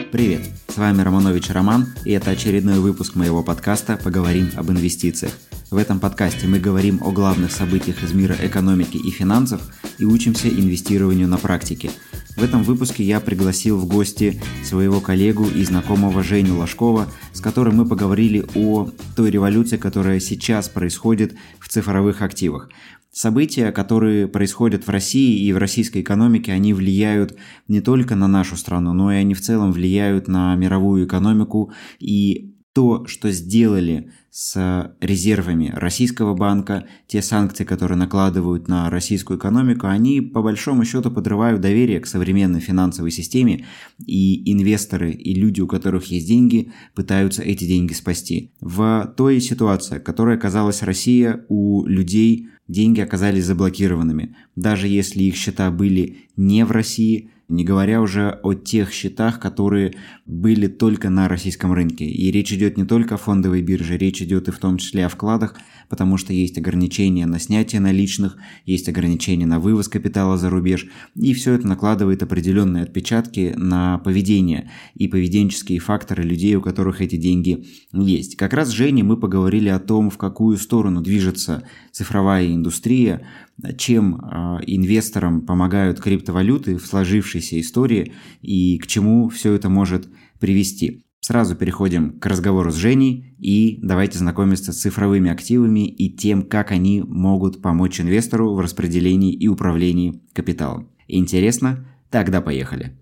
Привет, с вами Романович Роман, и это очередной выпуск моего подкаста «Поговорим об инвестициях». В этом подкасте мы говорим о главных событиях из мира экономики и финансов и учимся инвестированию на практике. В этом выпуске я пригласил в гости своего коллегу и знакомого Женю Ложкова, с которым мы поговорили о той революции, которая сейчас происходит в цифровых активах. События, которые происходят в России и в российской экономике, они влияют не только на нашу страну, но и они в целом влияют на мировую экономику. И то, что сделали с резервами российского банка, те санкции, которые накладывают на российскую экономику, они по большому счету подрывают доверие к современной финансовой системе, и инвесторы и люди, у которых есть деньги, пытаются эти деньги спасти. В той ситуации, в которой оказалась Россия, у людей деньги оказались заблокированными, даже если их счета были не в России, не говоря уже о тех счетах, которые были только на российском рынке. И речь идет не только о фондовой бирже, речь идет и в том числе о вкладах, потому что есть ограничения на снятие наличных, есть ограничения на вывоз капитала за рубеж, и все это накладывает определенные отпечатки на поведение и поведенческие факторы людей, у которых эти деньги есть. Как раз с Женей мы поговорили о том, в какую сторону движется цифровая индустрия, чем инвесторам помогают криптовалюты в сложившейся истории и к чему все это может привести. Сразу переходим к разговору с Женей и давайте знакомиться с цифровыми активами и тем, как они могут помочь инвестору в распределении и управлении капиталом. Интересно? Тогда поехали.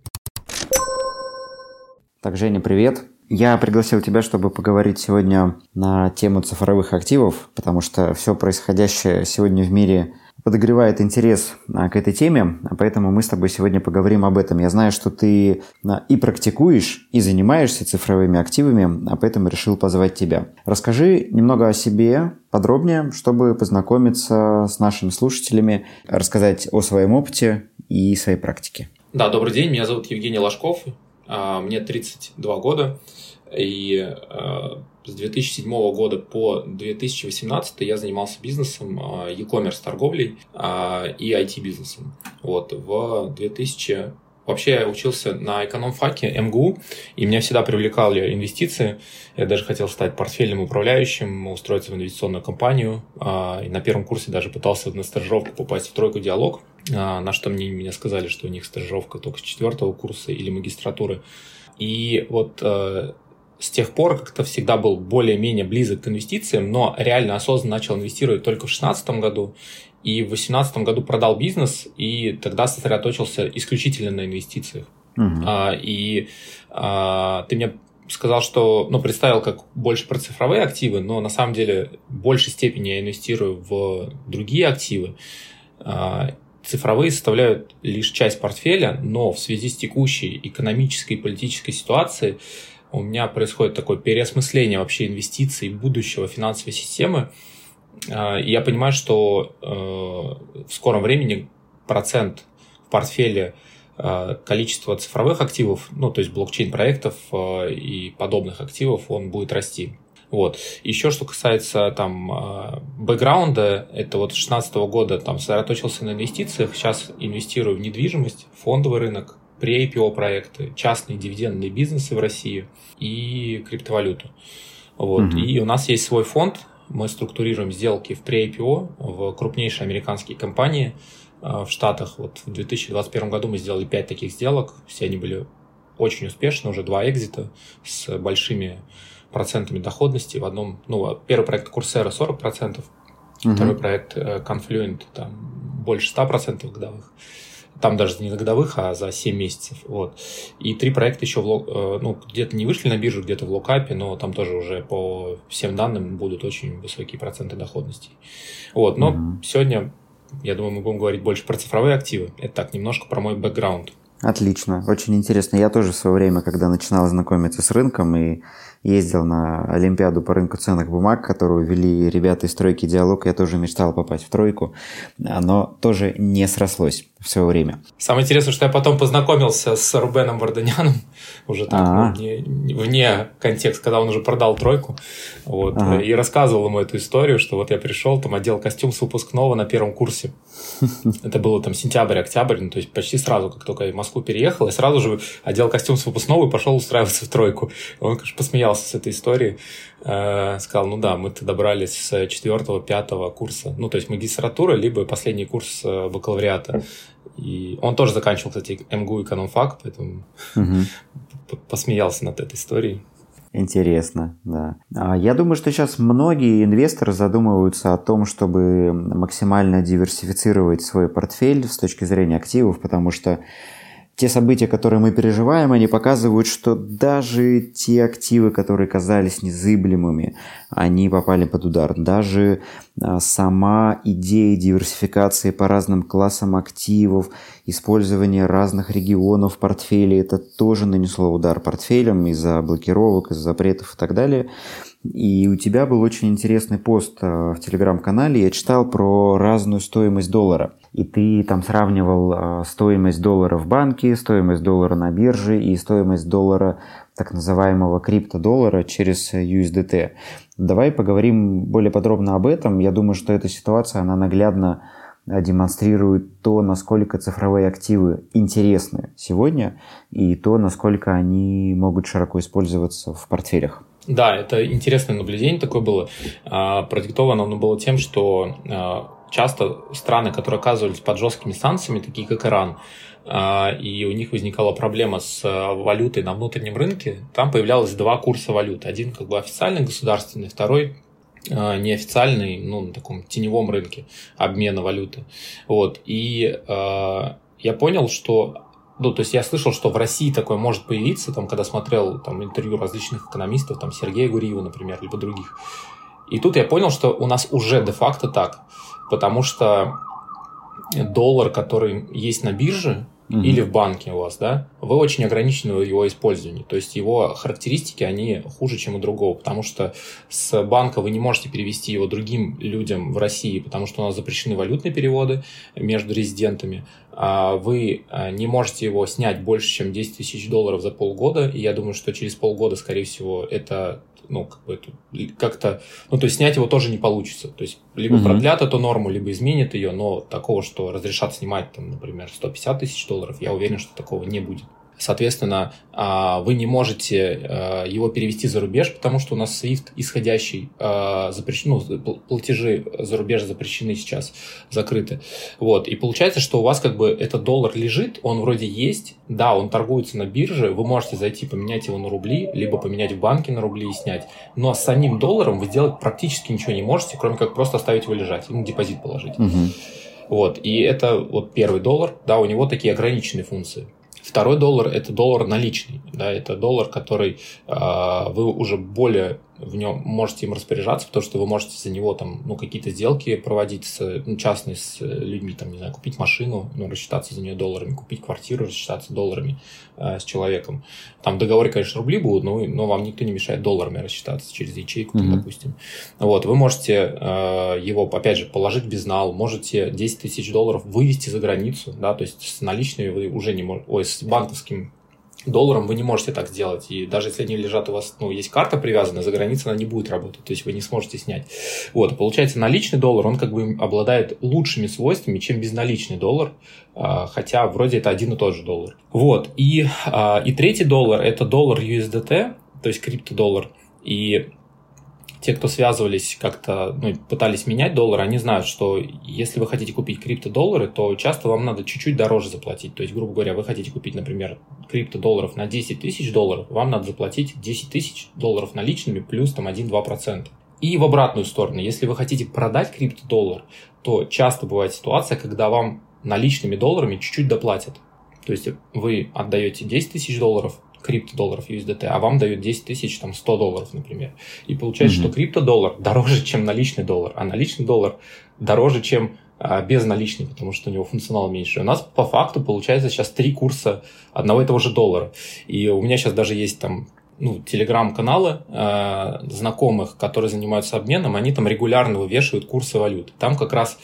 Так, Женя, привет. Я пригласил тебя, чтобы поговорить сегодня на тему цифровых активов, потому что все происходящее сегодня в мире подогревает интерес к этой теме, поэтому мы с тобой сегодня поговорим об этом. Я знаю, что ты и практикуешь, и занимаешься цифровыми активами, а поэтому решил позвать тебя. Расскажи немного о себе подробнее, чтобы познакомиться с нашими слушателями, рассказать о своем опыте и своей практике. Да, добрый день, меня зовут Евгений Ложков, мне 32 года, и с 2007 года по 2018 я занимался бизнесом, e-commerce торговлей и IT-бизнесом. Вообще я учился на экономфаке МГУ, и меня всегда привлекали инвестиции. Я даже хотел стать портфельным управляющим, устроиться в инвестиционную компанию. И на первом курсе даже пытался на стажировку попасть в тройку «Диалог», на что мне сказали, что у них стажировка только с 4-го курса или магистратуры. И с тех пор как-то всегда был более-менее близок к инвестициям, но реально осознанно начал инвестировать только в 2016 году. И в 2018 году продал бизнес, и тогда сосредоточился исключительно на инвестициях. Ты мне сказал, что, представил как больше про цифровые активы, но на самом деле в большей степени я инвестирую в другие активы. Цифровые составляют лишь часть портфеля, но в связи с текущей экономической и политической ситуацией у меня происходит такое переосмысление вообще инвестиций будущего финансовой системы. И я понимаю, что в скором времени процент в портфеле количества цифровых активов, то есть блокчейн-проектов и подобных активов, он будет расти. Еще что касается бэкграунда, это с 2016 года сосредоточился на инвестициях, сейчас инвестирую в недвижимость, фондовый рынок, pre-IPO проекты, частные дивидендные бизнесы в России и криптовалюту. И у нас есть свой фонд, мы структурируем сделки в pre-IPO в крупнейшие американские компании в Штатах. В 2021 году мы сделали 5 таких сделок, все они были очень успешны, уже 2 экзита с большими процентами доходности. Первый проект Coursera 40%, второй проект Confluent больше 100% годовых. Там даже не на годовых, а за 7 месяцев. И 3 проекта еще где-то не вышли на биржу, где-то в локапе, но там тоже уже по всем данным будут очень высокие проценты доходности. Но сегодня, я думаю, мы будем говорить больше про цифровые активы. Это так, немножко про мой бэкграунд. Отлично, очень интересно. Я тоже в свое время, когда начинал знакомиться с рынком и ездил на Олимпиаду по рынку ценных бумаг, которую вели ребята из тройки «Диалог», я тоже мечтал попасть в тройку, но тоже не срослось в свое время. Самое интересное, что я потом познакомился с Рубеном Варданяном, уже так, вне контекста, когда он уже продал тройку, и рассказывал ему эту историю, что я пришел, одел костюм с выпускного на первом курсе. Это было сентябрь-октябрь, то есть почти сразу, как только я в Москву Москву переехал, и сразу же одел костюм с выпускного и пошел устраиваться в тройку. Он, конечно, посмеялся с этой истории. Сказал, мы-то добрались с 4-5 курса. То есть магистратура, либо последний курс бакалавриата. И он тоже заканчивал, кстати, МГУ экономфак, поэтому посмеялся над этой историей. Интересно, да. Я думаю, что сейчас многие инвесторы задумываются о том, чтобы максимально диверсифицировать свой портфель с точки зрения активов, потому что те события, которые мы переживаем, они показывают, что даже те активы, которые казались незыблемыми, они попали под удар. Даже сама идея диверсификации по разным классам активов, использование разных регионов в портфеле, это тоже нанесло удар портфелям из-за блокировок, из-за запретов и так далее. И у тебя был очень интересный пост в Телеграм-канале. Я читал про разную стоимость доллара. И ты там сравнивал стоимость доллара в банке, стоимость доллара на бирже и стоимость доллара, так называемого криптодоллара, через USDT. Давай поговорим более подробно об этом. Я думаю, что эта ситуация, она наглядно демонстрирует то, насколько цифровые активы интересны сегодня, и то, насколько они могут широко использоваться в портфелях. Да, это интересное наблюдение такое было. Продиктовано оно было тем, что часто страны, которые оказывались под жесткими санкциями, такие как Иран, и у них возникала проблема с валютой на внутреннем рынке, там появлялось два курса валют. Один как бы официальный, государственный, второй неофициальный, на таком теневом рынке обмена валюты. И я понял, что то есть я слышал, что в России такое может появиться, когда смотрел интервью различных экономистов, Сергея Гуриева, например, либо других. И тут я понял, что у нас уже де-факто так, потому что доллар, который есть на бирже или в банке у вас, вы очень ограничены в его использовании. То есть его характеристики, они хуже, чем у другого, потому что с банка вы не можете перевести его другим людям в России, потому что у нас запрещены валютные переводы между резидентами. Вы не можете его снять больше, чем 10 тысяч долларов за полгода, и я думаю, что через полгода, скорее всего, это то есть снять его тоже не получится. То есть либо продлят эту норму, либо изменят ее, но такого, что разрешат снимать, например, 150 тысяч долларов, я уверен, что такого не будет. Соответственно, вы не можете его перевести за рубеж, потому что у нас SWIFT исходящий запрещен, платежи за рубеж запрещены сейчас, закрыты. И получается, что у вас этот доллар лежит, он вроде есть, да, он торгуется на бирже, вы можете зайти поменять его на рубли, либо поменять в банке на рубли и снять, но с самим долларом вы сделать практически ничего не можете, кроме как просто оставить его лежать, ему депозит положить. И это первый доллар, да, у него такие ограниченные функции. Второй доллар – это доллар наличный, да, это доллар, который вы уже более в нем можете им распоряжаться, потому что вы можете за него какие-то сделки проводить частные с людьми, купить машину, рассчитаться за нее долларами, купить квартиру, рассчитаться долларами с человеком. В договоре, конечно, рубли будут, но вам никто не мешает долларами рассчитаться через ячейку, допустим. Вы можете его, опять же, положить в безнал, можете 10 тысяч долларов вывести за границу, да, то есть с наличными вы уже не можете, с банковским долларом вы не можете так сделать. И даже если они лежат у вас, есть карта привязанная, за границей она не будет работать. То есть вы не сможете снять. Получается, наличный доллар, он обладает лучшими свойствами, чем безналичный доллар. Хотя вроде это один и тот же доллар. И третий доллар – это доллар USDT, то есть криптодоллар. И те, кто связывались как-то, пытались менять доллары, они знают, что если вы хотите купить криптодоллары, то часто вам надо чуть-чуть дороже заплатить. То есть, грубо говоря, вы хотите купить, например, криптодолларов на 10 тысяч долларов, вам надо заплатить 10 тысяч долларов наличными плюс 1-2%. И в обратную сторону, если вы хотите продать криптодоллар, то часто бывает ситуация, когда вам наличными долларами чуть-чуть доплатят. То есть вы отдаете 10 тысяч долларов, криптодолларов USDT, а вам дают 10 тысяч, 100 долларов, например. И получается, что криптодоллар дороже, чем наличный доллар, а наличный доллар дороже, чем безналичный, потому что у него функционал меньше. У нас по факту получается сейчас 3 курса одного и того же доллара. И у меня сейчас даже есть телеграм-каналы знакомых, которые занимаются обменом, они регулярно вывешивают курсы валют. Там как раз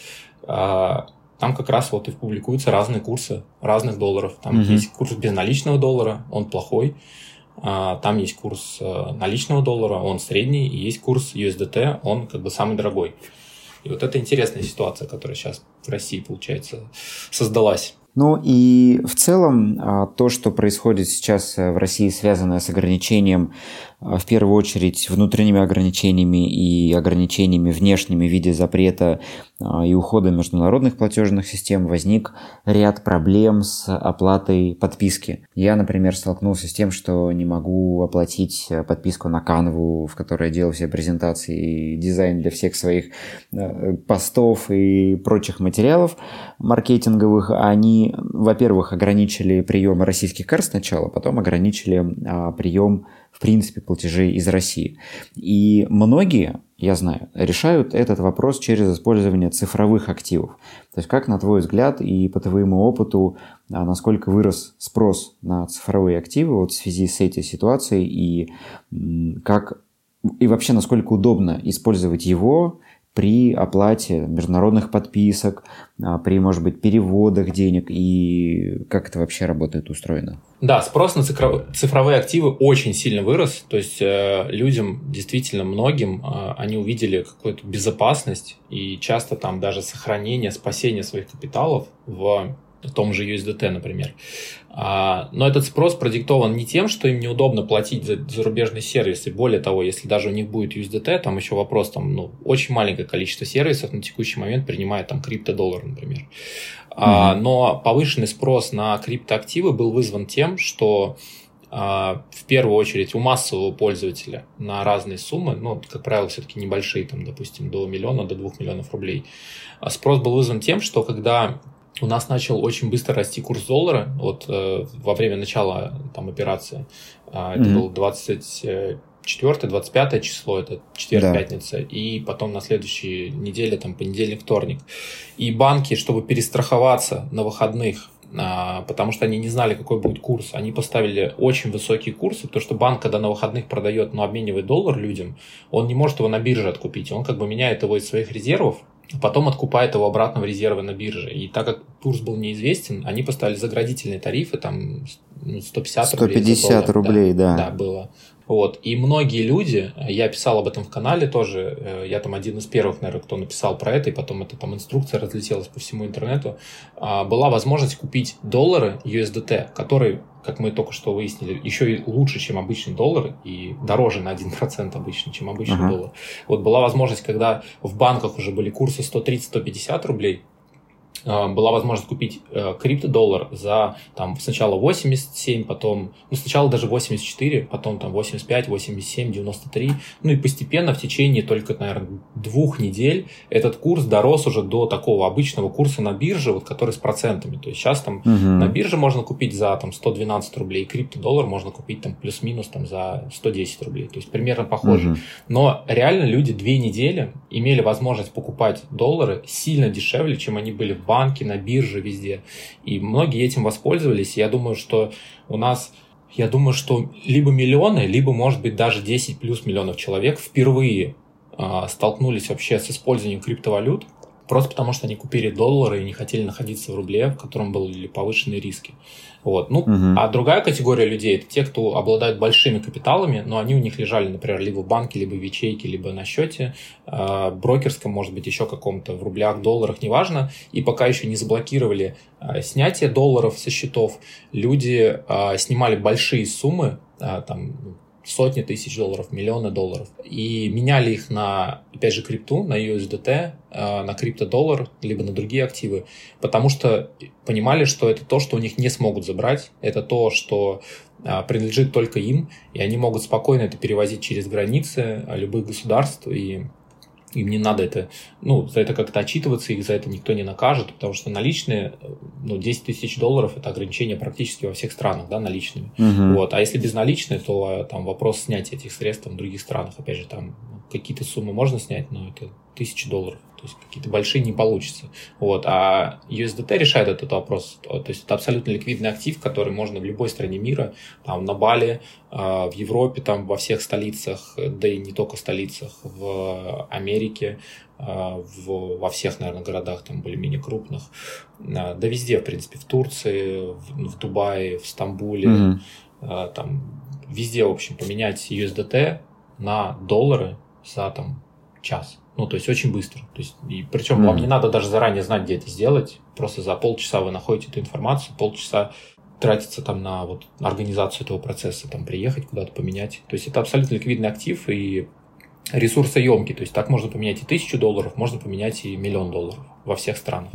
и публикуются разные курсы разных долларов. Там есть курс безналичного доллара, он плохой. Там есть курс наличного доллара, он средний. И есть курс USDT, он самый дорогой. И это интересная ситуация, которая сейчас в России, получается, создалась. Ну и в целом то, что происходит сейчас в России, связанное с ограничением, в первую очередь внутренними ограничениями и ограничениями внешними в виде запрета и ухода международных платежных систем, возник ряд проблем с оплатой подписки. Я, например, столкнулся с тем, что не могу оплатить подписку на Canva, в которой я делал все презентации и дизайн для всех своих постов и прочих материалов маркетинговых. Они, во-первых, ограничили прием российских карт сначала, потом ограничили прием, в принципе, платежей из России. И многие, я знаю, решают этот вопрос через использование цифровых активов. То есть как, на твой взгляд и по твоему опыту, насколько вырос спрос на цифровые активы вот в связи с этой ситуацией и как и вообще насколько удобно использовать его при оплате международных подписок, при, может быть, переводах денег и как это вообще работает, устроено? Да, спрос на цифровые активы очень сильно вырос, то есть людям, действительно многим, они увидели какую-то безопасность и часто там даже сохранение, спасение своих капиталов в том же USDT, например. Но этот спрос продиктован не тем, что им неудобно платить за зарубежные сервисы. Более того, если даже у них будет USDT, там еще вопрос, очень маленькое количество сервисов на текущий момент принимает там криптодоллар, например. Но повышенный спрос на криптоактивы был вызван тем, что в первую очередь у массового пользователя на разные суммы, как правило, все-таки небольшие, там, допустим, до 1 миллиона, до 2 миллионов рублей, спрос был вызван тем, что когда у нас начал очень быстро расти курс доллара во время начала там операции. Это был 24-25 число, это четверг-пятница, и потом на следующей неделе, там понедельник-вторник. И банки, чтобы перестраховаться на выходных, потому что они не знали, какой будет курс, они поставили очень высокие курсы, потому что банк, когда на выходных продает, обменивает доллар людям, он не может его на бирже откупить, он как бы меняет его из своих резервов, потом откупает его обратно в резервы на бирже. И так как курс был неизвестен, они поставили заградительные тарифы, там 150 рублей. 150 рублей, да. Да, было. И многие люди, я писал об этом в канале тоже, я там один из первых, наверное, кто написал про это, и потом эта там инструкция разлетелась по всему интернету, была возможность купить доллары USDT, которые, как мы только что выяснили, еще и лучше, чем обычный доллар, и дороже на 1% обычно, чем обычный доллар. Была возможность, когда в банках уже были курсы 130-150 рублей, была возможность купить криптодоллар за там сначала 87, потом, сначала даже 84, потом там 85, 87, 93, и постепенно в течение только, наверное, 2 недель этот курс дорос уже до такого обычного курса на бирже, который с процентами. То есть сейчас там на бирже можно купить за там 112 рублей, криптодоллар можно купить там плюс-минус там за 110 рублей. То есть примерно похоже. Но реально люди 2 недели имели возможность покупать доллары сильно дешевле, чем они были в банке, на бирже, везде. И многие этим воспользовались. Я думаю, что либо миллионы, либо, может быть, даже 10 плюс миллионов человек впервые столкнулись вообще с использованием криптовалют, просто потому что они купили доллары и не хотели находиться в рубле, в котором были повышенные риски. А другая категория людей – это те, кто обладают большими капиталами, но они у них лежали, например, либо в банке, либо в ячейке, либо на счете брокерском, может быть, еще каком-то, в рублях, долларах, неважно, и пока еще не заблокировали снятие долларов со счетов, люди снимали большие суммы, сотни тысяч долларов, миллионы долларов, и меняли их на, опять же, крипту, на USDT, на криптодоллар, либо на другие активы, потому что понимали, что это то, что у них не смогут забрать, это то, что принадлежит только им, и они могут спокойно это перевозить через границы любых государств, и им не надо это, за это как-то отчитываться, их за это никто не накажет, потому что наличные, 10 тысяч долларов – это ограничение практически во всех странах, да, наличными. А если безналичные, то там вопрос снятия этих средств в других странах, опять же, там какие-то суммы можно снять, но это $1000, то есть какие-то большие не получится. А USDT решает этот вопрос, то есть это абсолютно ликвидный актив, который можно в любой стране мира, там на Бали, в Европе, там во всех столицах, да и не только столицах, в Америке, во всех, наверное, городах там более-менее крупных, да везде, в принципе, в Турции, в Дубае, в Стамбуле, там везде, в общем, поменять USDT на доллары за там час. Ну, то есть очень быстро. То есть, и причем вам не надо даже заранее знать, где это сделать. Просто за полчаса вы находите эту информацию, полчаса тратится там на вот организацию этого процесса, там приехать куда-то поменять. То есть это абсолютно ликвидный актив и ресурсоемкий. То есть так можно поменять и $1000, можно поменять и $1 000 000 во всех странах.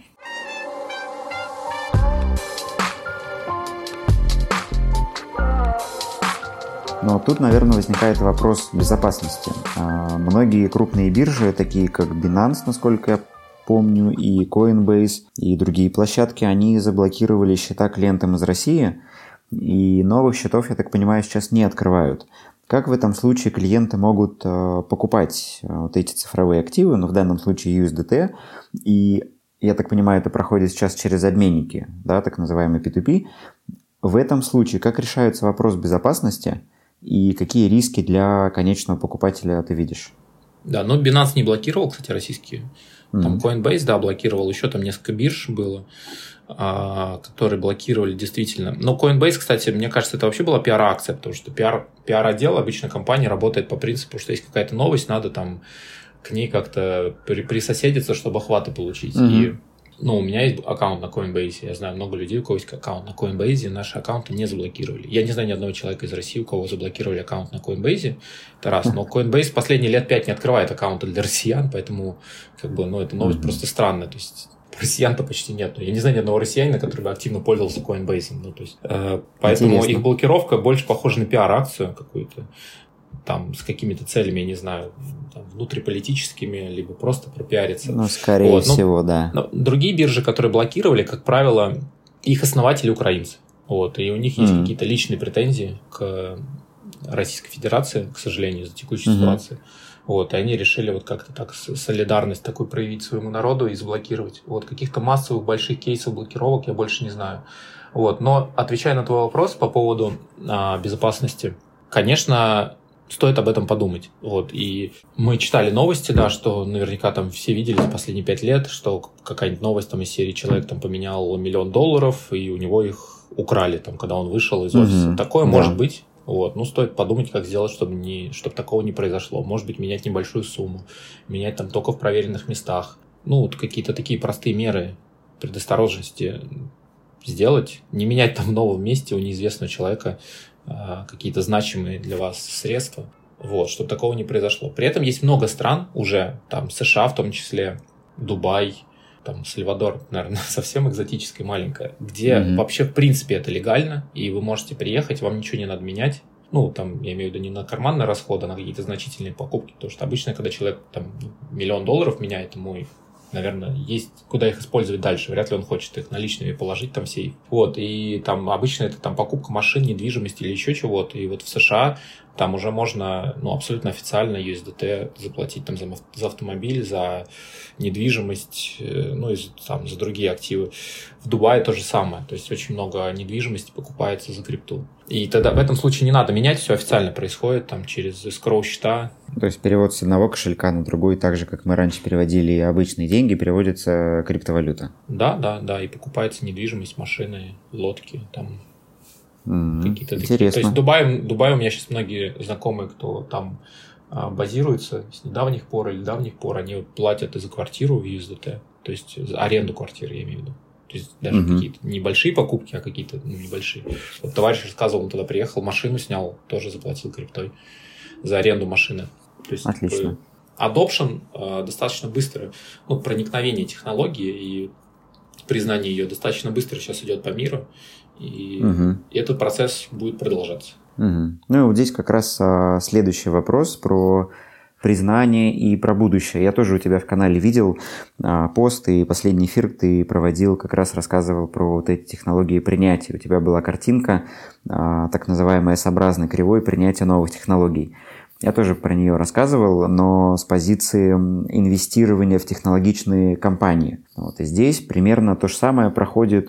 Но тут, наверное, возникает вопрос безопасности. Многие крупные биржи, такие как Binance, насколько я помню, и Coinbase, и другие площадки, они заблокировали счета клиентам из России, и новых счетов, я так понимаю, сейчас не открывают. Как в этом случае клиенты могут покупать вот эти цифровые активы, ну, в данном случае USDT, и, я так понимаю, это проходит сейчас через обменники, да, так называемый P2P. В этом случае как решается вопрос безопасности и какие риски для конечного покупателя ты видишь? Да, но Binance не блокировал, кстати, российские. Там Coinbase, да, блокировал, еще там несколько бирж было, которые блокировали действительно. Но Coinbase, кстати, мне кажется, это вообще была пиар-акция, потому что пиар-отдел обычно компании работает по принципу, что есть какая-то новость, надо там к ней как-то присоседиться, чтобы охваты получить. И ну, у меня есть аккаунт на Coinbase, я знаю много людей, у кого есть аккаунт на Coinbase, наши аккаунты не заблокировали. Я не знаю ни одного человека из России, у кого заблокировали аккаунт на Coinbase, это раз. Но Coinbase последние лет 5 не открывает аккаунты для россиян, поэтому как бы, ну, эта новость просто странная. То есть россиян-то почти нет. Я не знаю ни одного россиянина, который бы активно пользовался Coinbase. Ну, то есть, поэтому их блокировка больше похожа на пиар-акцию какую-то. Там с какими-то целями, я не знаю, там, внутриполитическими, либо просто пропиариться. Ну, скорее всего, да. Но другие биржи, которые блокировали, как правило, их основатели украинцы. Вот, и у них есть какие-то личные претензии к Российской Федерации, к сожалению, за текущую ситуацию. Вот, и они решили вот как-то так солидарность такую проявить своему народу и заблокировать. Вот, каких-то массовых больших кейсов блокировок я больше не знаю. Вот, но отвечая на твой вопрос по поводу безопасности, конечно, стоит об этом подумать. Вот. И мы читали новости, да, что наверняка там все видели за последние 5 лет, что какая-нибудь новость там из серии человек там поменял $1 000 000, и у него их украли, там, когда он вышел из офиса. Такое может быть. Вот. Ну, стоит подумать, как сделать, чтобы такого не произошло. Может быть, менять небольшую сумму, менять там только в проверенных местах. Ну, вот какие-то такие простые меры предосторожности сделать. Не менять там в новом месте у неизвестного человека какие-то значимые для вас средства, вот, чтобы такого не произошло. При этом есть много стран уже, там США в том числе, Дубай, там Сальвадор, наверное, совсем экзотическое маленькое, где вообще в принципе это легально, и вы можете приехать, вам ничего не надо менять. Ну, там, я имею в виду не на карманные расходы, а на какие-то значительные покупки, потому что обычно, когда человек там $1 000 000 меняет, ему, наверное, есть куда их использовать дальше. Вряд ли он хочет их наличными положить там в сейф. Вот, и там обычно это там покупка машин, недвижимости или еще чего-то. И вот в США там уже можно, ну, абсолютно официально USDT заплатить там за автомобиль, за недвижимость, ну, и там за другие активы. В Дубае то же самое. То есть очень много недвижимости покупается за крипту. И тогда в этом случае не надо менять, все официально происходит там через эскроу-счета. То есть перевод с одного кошелька на другой, так же, как мы раньше переводили обычные деньги, переводится криптовалюта. Да, и покупается недвижимость, машины, лодки, там какие-то интересно. такие. То есть Дубай у меня сейчас многие знакомые, кто там базируется с недавних пор или давних пор, они платят и за квартиру в USDT, то есть за аренду квартиры, я имею в виду. То есть даже какие-то небольшие покупки, а какие-то небольшие. Вот товарищ рассказывал, он туда приехал, машину снял, тоже заплатил криптой за аренду машины. То есть, отлично. Adoption достаточно быстро, ну, проникновение технологии и признание ее достаточно быстро сейчас идет по миру, и этот процесс будет продолжаться. Ну и вот здесь как раз следующий вопрос про признание и про будущее. Я тоже у тебя в канале видел пост, и последний эфир ты проводил, как раз рассказывал про вот эти технологии принятия. У тебя была картинка, так называемая S-образной кривой принятия новых технологий. Я тоже про нее рассказывал, но с позиции инвестирования в технологичные компании. Вот, и здесь примерно то же самое проходит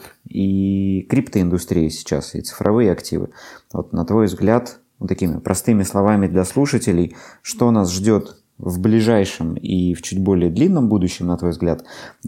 и криптоиндустрия сейчас, и цифровые активы. Вот, на твой взгляд, вот такими простыми словами для слушателей, что нас ждет в ближайшем и в чуть более длинном будущем, на твой взгляд,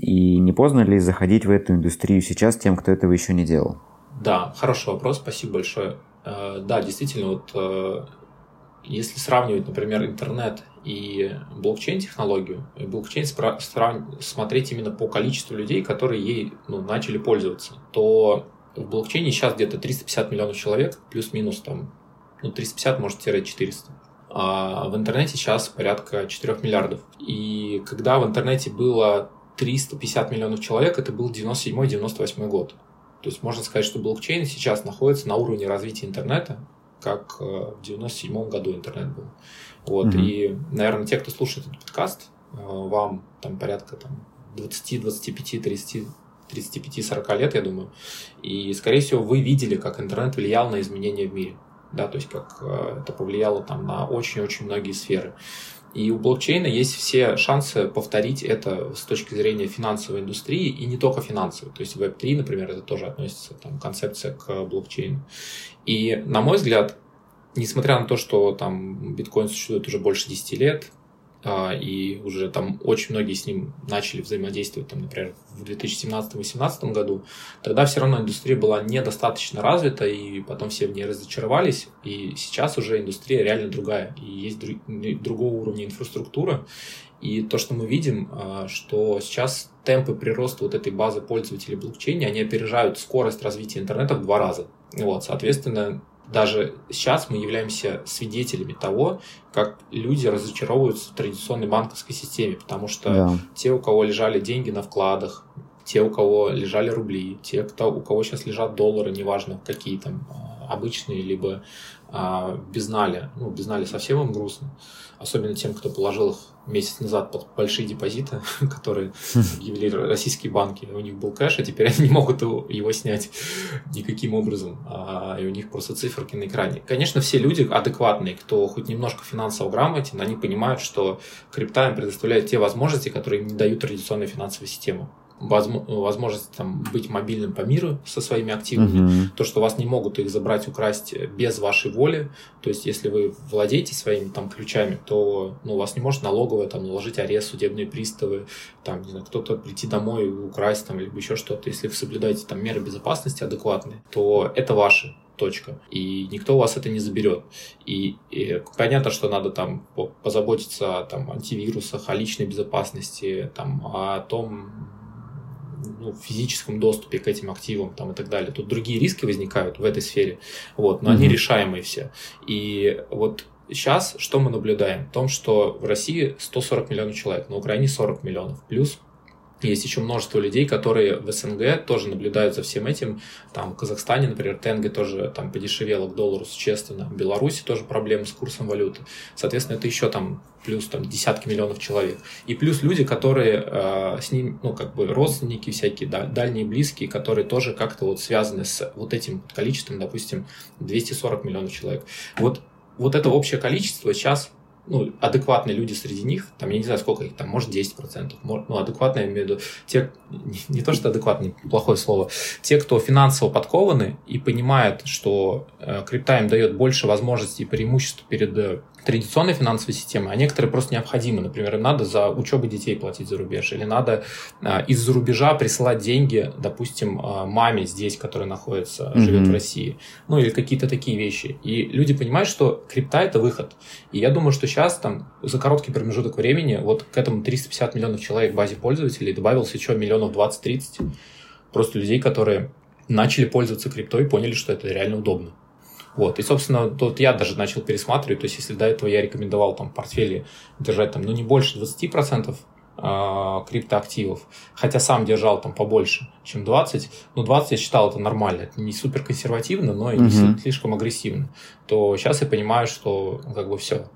и не поздно ли заходить в эту индустрию сейчас тем, кто этого еще не делал? Да, хороший вопрос, спасибо большое. Да, действительно, вот если сравнивать, например, интернет и блокчейн-технологию, и блокчейн смотреть именно по количеству людей, которые ей начали пользоваться, то в блокчейне сейчас где-то 350 миллионов человек, плюс-минус там, 350, может, 400. А в интернете сейчас порядка 4 миллиардов. И когда в интернете было 350 миллионов человек, это был 97-98 год. То есть можно сказать, что блокчейн сейчас находится на уровне развития интернета, как в 97 году интернет был. Вот. И, наверное, те, кто слушает этот подкаст, вам там порядка 20, 25, 30, 35-40 лет, я думаю. И, скорее всего, вы видели, как интернет влиял на изменения в мире. Да, то есть как это повлияло там на очень-очень многие сферы. И у блокчейна есть все шансы повторить это с точки зрения финансовой индустрии, и не только финансовой. То есть Web3, например, это тоже относится, там, концепция к блокчейну. И, на мой взгляд, несмотря на то, что там биткоин существует уже больше 10 лет, и уже там очень многие с ним начали взаимодействовать, там, например, в 2017-2018 году, тогда все равно индустрия была недостаточно развита, и потом все в ней разочаровались, и сейчас уже индустрия реально другая, и есть другого уровня инфраструктура, и то, что мы видим, что сейчас темпы прироста вот этой базы пользователей блокчейна, они опережают скорость развития интернета в 2 раза. Вот, соответственно, даже сейчас мы являемся свидетелями того, как люди разочаровываются в традиционной банковской системе, потому что те, у кого лежали деньги на вкладах, те, у кого лежали рубли, те, у кого сейчас лежат доллары, неважно какие там, обычные, либо безнали. Безнали совсем им грустно. Особенно тем, кто положил их месяц назад под большие депозиты, которые объявили российские банки. У них был кэш, а теперь они не могут его снять никаким образом. И у них просто циферки на экране. Конечно, все люди адекватные, кто хоть немножко финансово грамотен, они понимают, что крипта им предоставляет те возможности, которые им не дают традиционная финансовая система. Возможность там, быть мобильным по миру со своими активами, то, что вас не могут их забрать, украсть без вашей воли. То есть, если вы владеете своими там, ключами, то вас не может налоговая там, наложить арест, судебные приставы, там, не знаю, кто-то прийти домой и украсть, там, либо еще что-то. Если вы соблюдаете там, меры безопасности адекватные, то это ваше. Точка. И никто у вас это не заберет. И понятно, что надо там позаботиться о антивирусах, о личной безопасности, там, о том, физическом доступе к этим активам там, и так далее. Тут другие риски возникают в этой сфере, вот, но они решаемые все. И вот сейчас что мы наблюдаем? В том, что в России 140 миллионов человек, на Украине 40 миллионов. Плюс есть еще множество людей, которые в СНГ тоже наблюдают за всем этим. Там в Казахстане, например, тенге тоже там подешевело к доллару существенно. В Беларуси тоже проблемы с курсом валюты. Соответственно, это еще там плюс там, десятки миллионов человек. И плюс люди, которые с ним, родственники всякие, дальние, близкие, которые тоже как-то вот связаны с вот этим количеством, допустим, 240 миллионов человек. Вот это общее количество сейчас адекватные люди среди них, там, я не знаю, сколько их там, может, 10%, адекватные, я имею в виду, те, не то, что адекватные, плохое слово, те, кто финансово подкованы и понимают, что крипта им дает больше возможностей и преимуществ перед традиционной финансовой системой, а некоторые просто необходимы. Например, им надо за учебу детей платить за рубеж, или надо из-за рубежа присылать деньги, допустим, маме здесь, которая находится, живет в России, или какие-то такие вещи. И люди понимают, что крипта – это выход. И я думаю, что сейчас там за короткий промежуток времени вот к этому 350 миллионов человек базе пользователей добавилось еще миллионов 20-30 просто людей, которые начали пользоваться криптой и поняли, что это реально удобно. Вот. И, собственно, тут я даже начал пересматривать, то есть, если до этого я рекомендовал там в портфеле держать там, не больше 20% криптоактивов, хотя сам держал там побольше, чем 20, 20 я считал это нормально, это не супер консервативно, но и не слишком агрессивно, то сейчас я понимаю, что все,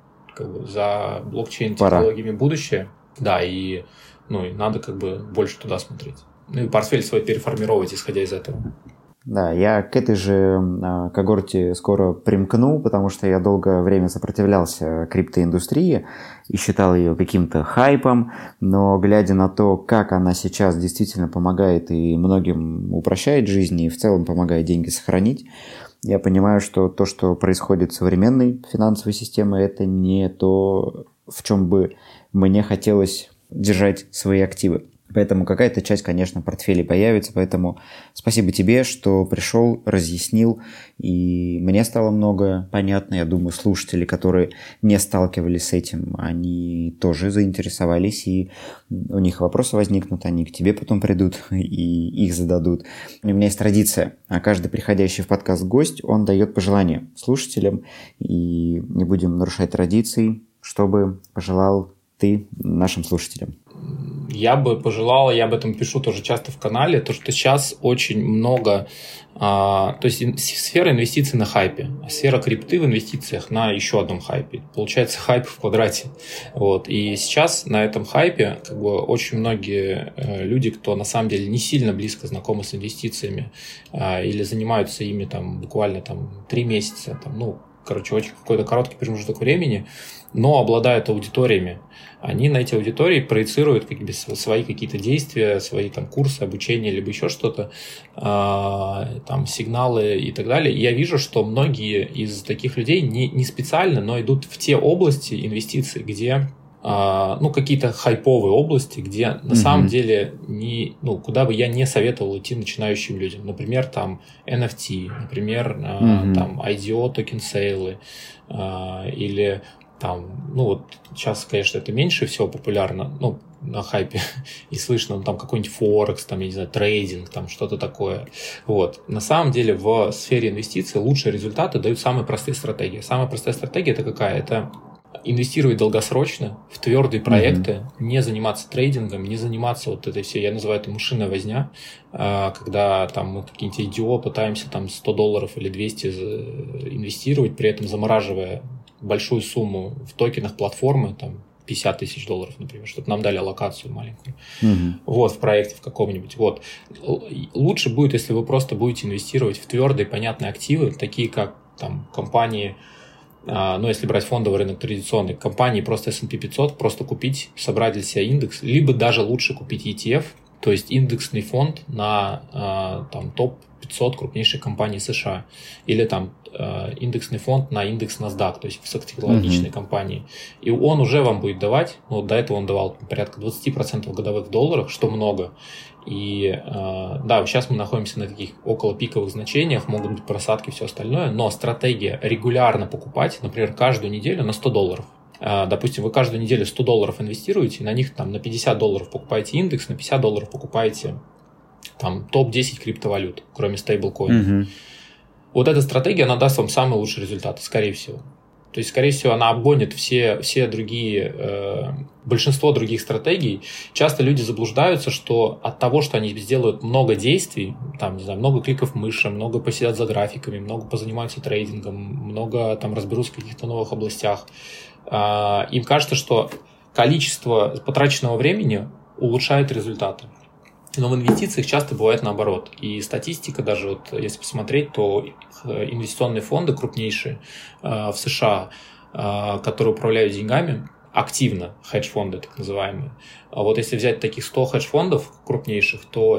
за блокчейн-технологиями будущее, да, и, и надо больше туда смотреть. И портфель свой переформировать, исходя из этого. Да, я к этой же когорте скоро примкну, потому что я долгое время сопротивлялся криптоиндустрии и считал ее каким-то хайпом, но глядя на то, как она сейчас действительно помогает и многим упрощает жизнь и в целом помогает деньги сохранить, я понимаю, что то, что происходит в современной финансовой системе, это не то, в чем бы мне хотелось держать свои активы. Поэтому какая-то часть, конечно, портфелей появится. Поэтому спасибо тебе, что пришел, разъяснил. И мне стало многое понятно. Я думаю, слушатели, которые не сталкивались с этим, они тоже заинтересовались. И у них вопросы возникнут, они к тебе потом придут и их зададут. У меня есть традиция. А каждый приходящий в подкаст гость, он дает пожелания слушателям. И не будем нарушать традиции, чтобы пожелал ты нашим слушателям. Я бы пожелал, я об этом пишу тоже часто в канале, то, что сейчас очень много, то есть сфера инвестиций на хайпе, а сфера крипты в инвестициях на еще одном хайпе. Получается хайп в квадрате. Вот. И сейчас на этом хайпе очень многие люди, кто на самом деле не сильно близко знакомы с инвестициями или занимаются ими буквально 3 месяца, очень какой-то короткий промежуток времени, но обладают аудиториями. Они на эти аудитории проецируют свои какие-то действия, свои курсы, обучение, либо еще что-то, сигналы и так далее. И я вижу, что многие из таких людей не специально, но идут в те области инвестиций, где какие-то хайповые области, где на самом деле куда бы я не советовал идти начинающим людям. Например, NFT, например, IDO, токен сейлы, или сейчас, конечно, это меньше всего популярно, на хайпе и слышно, какой-нибудь Форекс, трейдинг, что-то такое. Вот. На самом деле в сфере инвестиций лучшие результаты дают самые простые стратегии. Самая простая стратегия это какая? Это инвестировать долгосрочно в твердые проекты, не заниматься трейдингом, не заниматься этой всей, я называю это мышиная возня, когда мы какие-нибудь IDO пытаемся $100 или 200 инвестировать, при этом замораживая большую сумму в токенах платформы, $50 тысяч, например, чтобы нам дали аллокацию маленькую. В проекте в каком-нибудь. Лучше будет, если вы просто будете инвестировать в твердые, понятные активы, такие как компании, если брать фондовый рынок традиционный, компании просто S&P 500, просто купить, собрать для себя индекс, либо даже лучше купить ETF, то есть индексный фонд на топ-500 крупнейших компаний США, или индексный фонд на индекс NASDAQ, то есть высокотехнологичные компании. И он уже вам будет давать, до этого он давал порядка 20% годовых в долларах, что много. И сейчас мы находимся на таких около пиковых значениях, могут быть просадки, все остальное, но стратегия регулярно покупать, например, каждую неделю на $100. Допустим, вы каждую неделю $100 инвестируете, на них на $50 покупаете индекс, на $50 покупаете топ-10 криптовалют, кроме стейблкоинов. Эта стратегия, она даст вам самые лучшие результаты, скорее всего. То есть, скорее всего, она обгонит все другие, большинство других стратегий. Часто люди заблуждаются, что от того, что они сделают много действий, много кликов мыши, много посидят за графиками, много позанимаются трейдингом, много разберутся в каких-то новых областях, им кажется, что количество потраченного времени улучшает результаты. Но в инвестициях часто бывает наоборот. И статистика даже, если посмотреть, то инвестиционные фонды крупнейшие в США, которые управляют деньгами, активно, хедж-фонды так называемые. Если взять таких 100 хедж-фондов крупнейших, то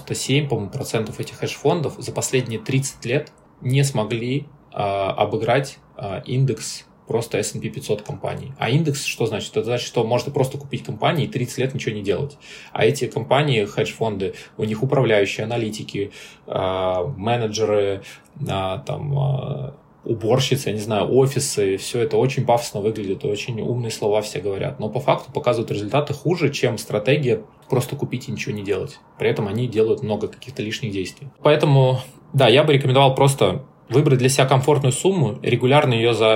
97% этих хедж-фондов за последние 30 лет не смогли обыграть индекс просто S&P 500 компаний. А индекс что значит? Это значит, что можно просто купить компании и 30 лет ничего не делать. А эти компании, хедж-фонды, у них управляющие, аналитики, менеджеры, уборщицы, я не знаю, офисы, все это очень пафосно выглядит, очень умные слова все говорят. Но по факту показывают результаты хуже, чем стратегия просто купить и ничего не делать. При этом они делают много каких-то лишних действий. Поэтому, я бы рекомендовал просто выбрать для себя комфортную сумму, регулярно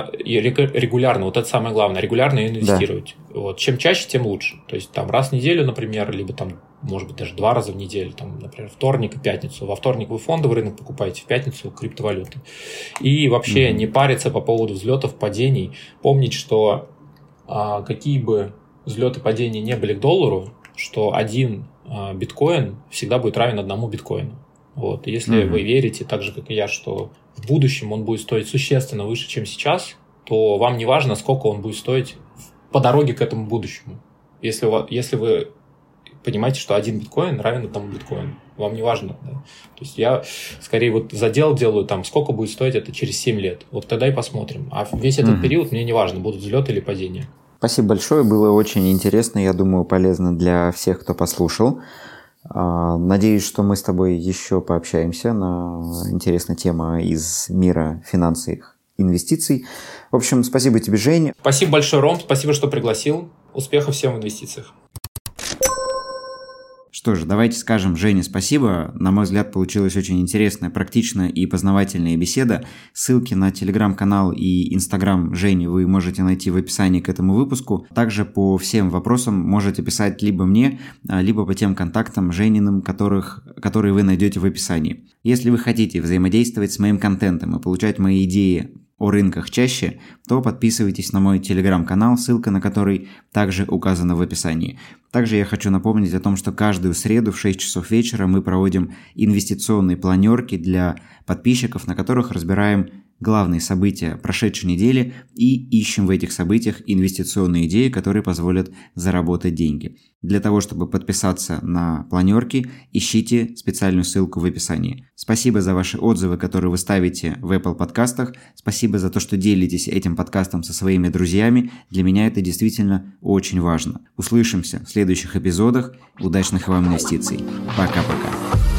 это самое главное, регулярно ее инвестировать. Да. Чем чаще, тем лучше. То есть раз в неделю, например, либо может быть, даже 2 раза в неделю, например, вторник и пятницу. Во вторник вы фондовый рынок покупаете, в пятницу криптовалюты. И вообще не париться по поводу взлетов, падений. Помнить, что какие бы взлеты, падения не были к доллару, что один биткоин всегда будет равен одному биткоину. Если вы верите, так же, как и я, что в будущем он будет стоить существенно выше, чем сейчас, то вам не важно, сколько он будет стоить по дороге к этому будущему. Если вы понимаете, что один биткоин равен одному биткоину, вам не важно. Да? То есть я скорее задел делаю, сколько будет стоить это через 7 лет. Тогда и посмотрим. А весь этот период мне не важно, будут взлеты или падения. Спасибо большое, было очень интересно, я думаю, полезно для всех, кто послушал. Надеюсь, что мы с тобой еще пообщаемся на интересные темы из мира финансовых инвестиций. В общем, спасибо тебе, Жень. Спасибо большое, Ром, спасибо, что пригласил. Успехов всем в инвестициях. Что же, давайте скажем Жене спасибо. На мой взгляд, получилась очень интересная, практичная и познавательная беседа. Ссылки на телеграм-канал и инстаграм Жени вы можете найти в описании к этому выпуску. Также по всем вопросам можете писать либо мне, либо по тем контактам Жениным, которые вы найдете в описании. Если вы хотите взаимодействовать с моим контентом и получать мои идеи о рынках чаще, то подписывайтесь на мой телеграм-канал, ссылка на который также указана в описании. Также я хочу напомнить о том, что каждую среду в 6 часов вечера мы проводим инвестиционные планерки для подписчиков, на которых разбираем главные события прошедшей недели и ищем в этих событиях инвестиционные идеи, которые позволят заработать деньги. Для того, чтобы подписаться на планерки, ищите специальную ссылку в описании. Спасибо за ваши отзывы, которые вы ставите в Apple подкастах. Спасибо за то, что делитесь этим подкастом со своими друзьями. Для меня это действительно очень важно. Услышимся в следующих эпизодах. Удачных вам инвестиций. Пока-пока.